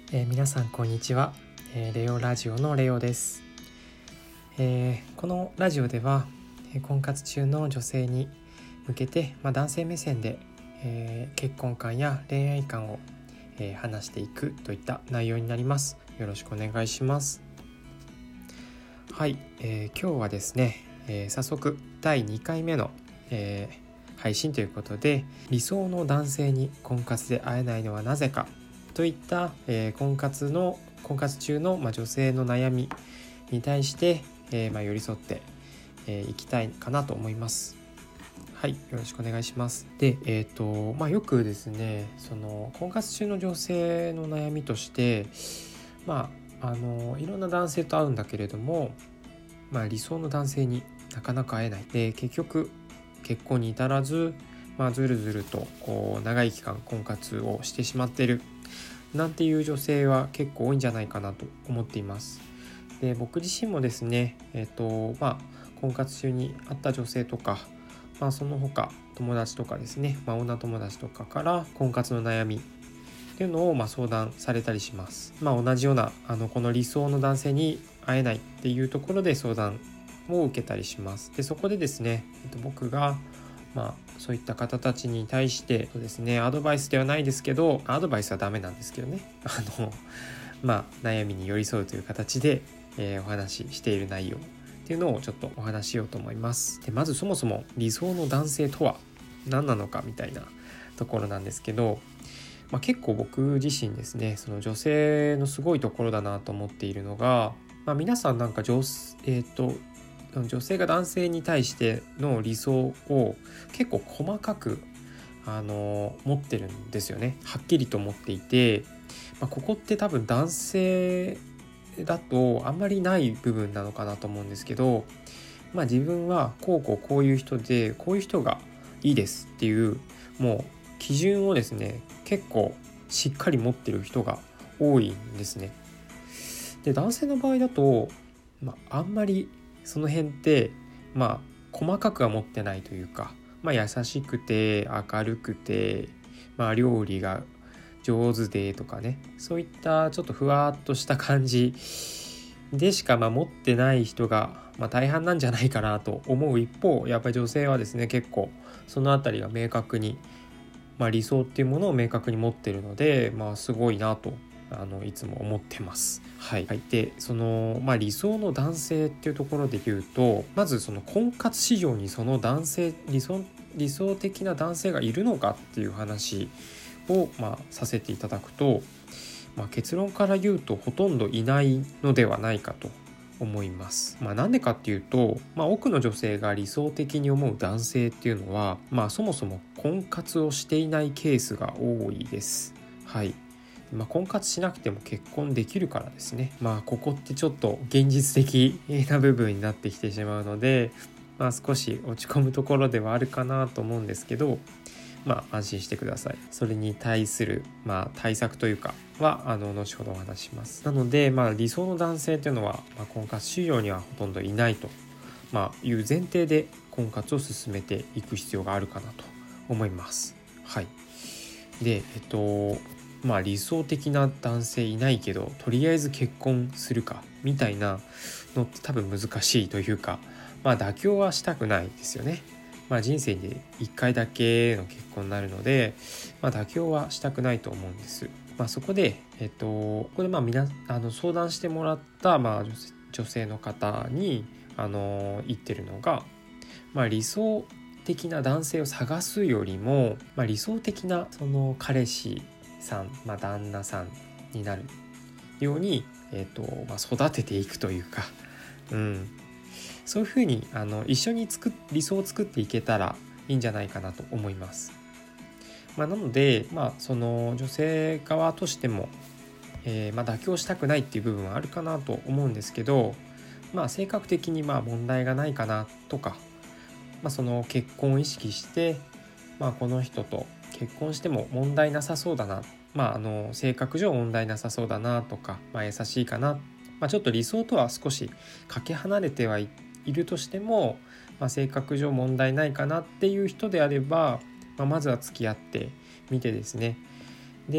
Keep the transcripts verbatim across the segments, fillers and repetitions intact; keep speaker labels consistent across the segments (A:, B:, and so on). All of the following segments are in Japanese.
A: えー、皆さんこんにちは、えー、レオラジオのレオです、えー、このラジオでは、えー、婚活中の女性に向けて、まあ、男性目線で、えー、結婚観や恋愛観を、えー、話していくといった内容になります。よろしくお願いします。はい、えー、今日はですね、えー、早速だいにかいめの、えー、配信ということで、理想の男性に婚活で会えないのはなぜかといった、えー、婚活の婚活中の、まあ、女性の悩みに対して、えーまあ、寄り添ってい、えー、きたいかなと思います。はい、よろしくお願いします。で、えーとまあ、よくですね、その婚活中の女性の悩みとして、まあ、あのいろんな男性と会うんだけれども、まあ、理想の男性になかなか会えない。で、結局結婚に至らず、まあ、ずるずるとこう長い期間婚活をしてしまっているなんていう女性は結構多いんじゃないかなと思っています。で、僕自身もですね、えっとまあ婚活中に会った女性とか、まあ、その他友達とかですね、まあ、女友達とかから婚活の悩みっていうのをまあ相談されたりします。まあ、同じようなあのこの理想の男性に会えないっていうところで相談を受けたりします。で、そこでですね、えっと、僕がまあ、そういった方たちに対してそうですね、アドバイスではないですけど、アドバイスはダメなんですけどね、あの、まあ、悩みに寄り添うという形で、えー、お話ししている内容っていうのをちょっとお話ししようと思います。で、まずそもそも理想の男性とは何なのかみたいなところなんですけど、まあ、結構僕自身ですね、その女性のすごいところだなと思っているのが、まあ、皆さんなんか女、えーと女性が男性に対しての理想を結構細かくあの持ってるんですよね。はっきりと持っていて、まあ、ここって多分男性だとあんまりない部分なのかなと思うんですけど、まあ、自分はこうこうこういう人でこういう人がいいですっていうもう基準をですね結構しっかり持ってる人が多いんですね。で、男性の場合だと、まあ、あんまりその辺ってまあ細かくは持ってないというか、まあ、優しくて明るくて、まあ、料理が上手でとかね、そういったちょっとふわっとした感じでしかまあ持ってない人がまあ大半なんじゃないかなと思う一方、やっぱり女性はですね結構そのあたりが明確に、まあ、理想っていうものを明確に持ってるので、まあ、すごいなとあのいつも思ってます。はい。で、その、まあ、理想の男性っていうところで言うと、まずその婚活市場にその男性理想理想的な男性がいるのかっていう話を、まあ、させていただくと、まあ、結論から言うとほとんどいないのではないかと思います。まあ、なんでかっていうと、まあ、多くの女性が理想的に思う男性っていうのは、まあ、そもそも婚活をしていないケースが多いです。はい。まあ、婚活しなくても結婚できるからですね。まあ、ここってちょっと現実的な部分になってきてしまうので、まあ、少し落ち込むところではあるかなと思うんですけど、まあ、安心してください。それに対する、まあ、対策というかはあの後ほどお話しします。なので、まあ、理想の男性というのは、まあ、婚活市場にはほとんどいないと、まあ、いう前提で婚活を進めていく必要があるかなと思います。はい。で、えっとまあ理想的な男性いないけどとりあえず結婚するかみたいなのって多分難しいというか、まあ妥協はしたくないですよね。まあ人生でいっかいだけの結婚になるので、まあ、妥協はしたくないと思うんです。まあ、そこでえっとここでまあみなあの相談してもらったまあ女性の方にあの言ってるのが、まあ理想的な男性を探すよりも、まあ、理想的なその彼氏さん、まあ、旦那さんになるように、えーとまあ、育てていくというか、うん、そういうふうにあの一緒に作っ理想を作っていけたらいいんじゃないかなと思います。まあ、なので、まあ、その女性側としても、えーまあ、妥協したくないっていう部分はあるかなと思うんですけど、まあ、性格的にまあ問題がないかなとか、まあ、その結婚を意識して、まあ、この人と結婚しても問題なさそうだな、まあ、あの性格上問題なさそうだなとか、まあ、優しいかな、まあ、ちょっと理想とは少しかけ離れてはいるとしても、まあ、性格上問題ないかなっていう人であれば、まあ、まずは付き合ってみてですね、で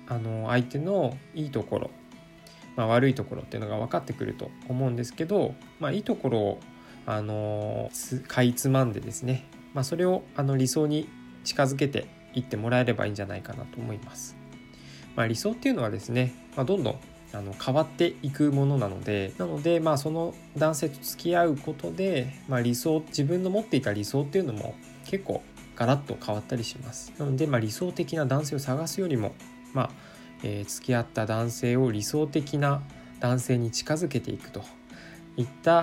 A: あの相手のいいところ、まあ、悪いところっていうのが分かってくると思うんですけど、まあ、いいところをあのかいつまんでですね、まあ、それをあの理想に近づけていってもらえればいいんじゃないかなと思います。まあ、理想っていうのはですね、まあ、どんどんあの変わっていくものなのでなので、まあ、その男性と付き合うことで、まあ、理想自分の持っていた理想っていうのも結構ガラッと変わったりします。なので、まあ、理想的な男性を探すよりも、まあえー、付き合った男性を理想的な男性に近づけていくといった、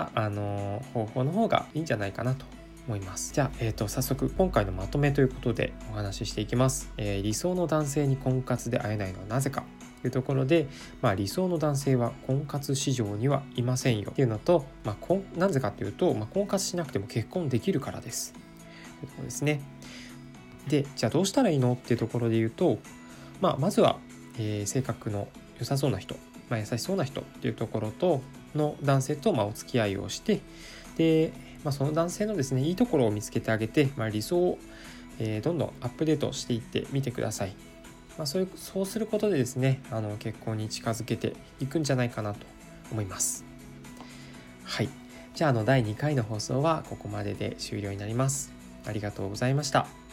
A: あのー、方法の方がいいんじゃないかなと思います。じゃあ、えーと、早速今回のまとめということでお話ししていきます。えー、理想の男性に婚活で会えないのはなぜかというところで、まあ、理想の男性は婚活市場にはいませんよっていうのと、まあ、なぜかというと、まあ、婚活しなくても結婚できるからですというところですね。で、じゃあどうしたらいいのっていうところで言うと、まあ、まずは、えー、性格の良さそうな人、まあ、優しそうな人っていうところとの男性とまあお付き合いをして、で、まあ、その男性のですねいいところを見つけてあげて、まあ、理想を、えー、どんどんアップデートしていってみてください。まあ、そういう、そうすることでですねあの結婚に近づけていくんじゃないかなと思います。はい、じゃあ、あのだいにかいの放送はここまでで終了になります。ありがとうございました。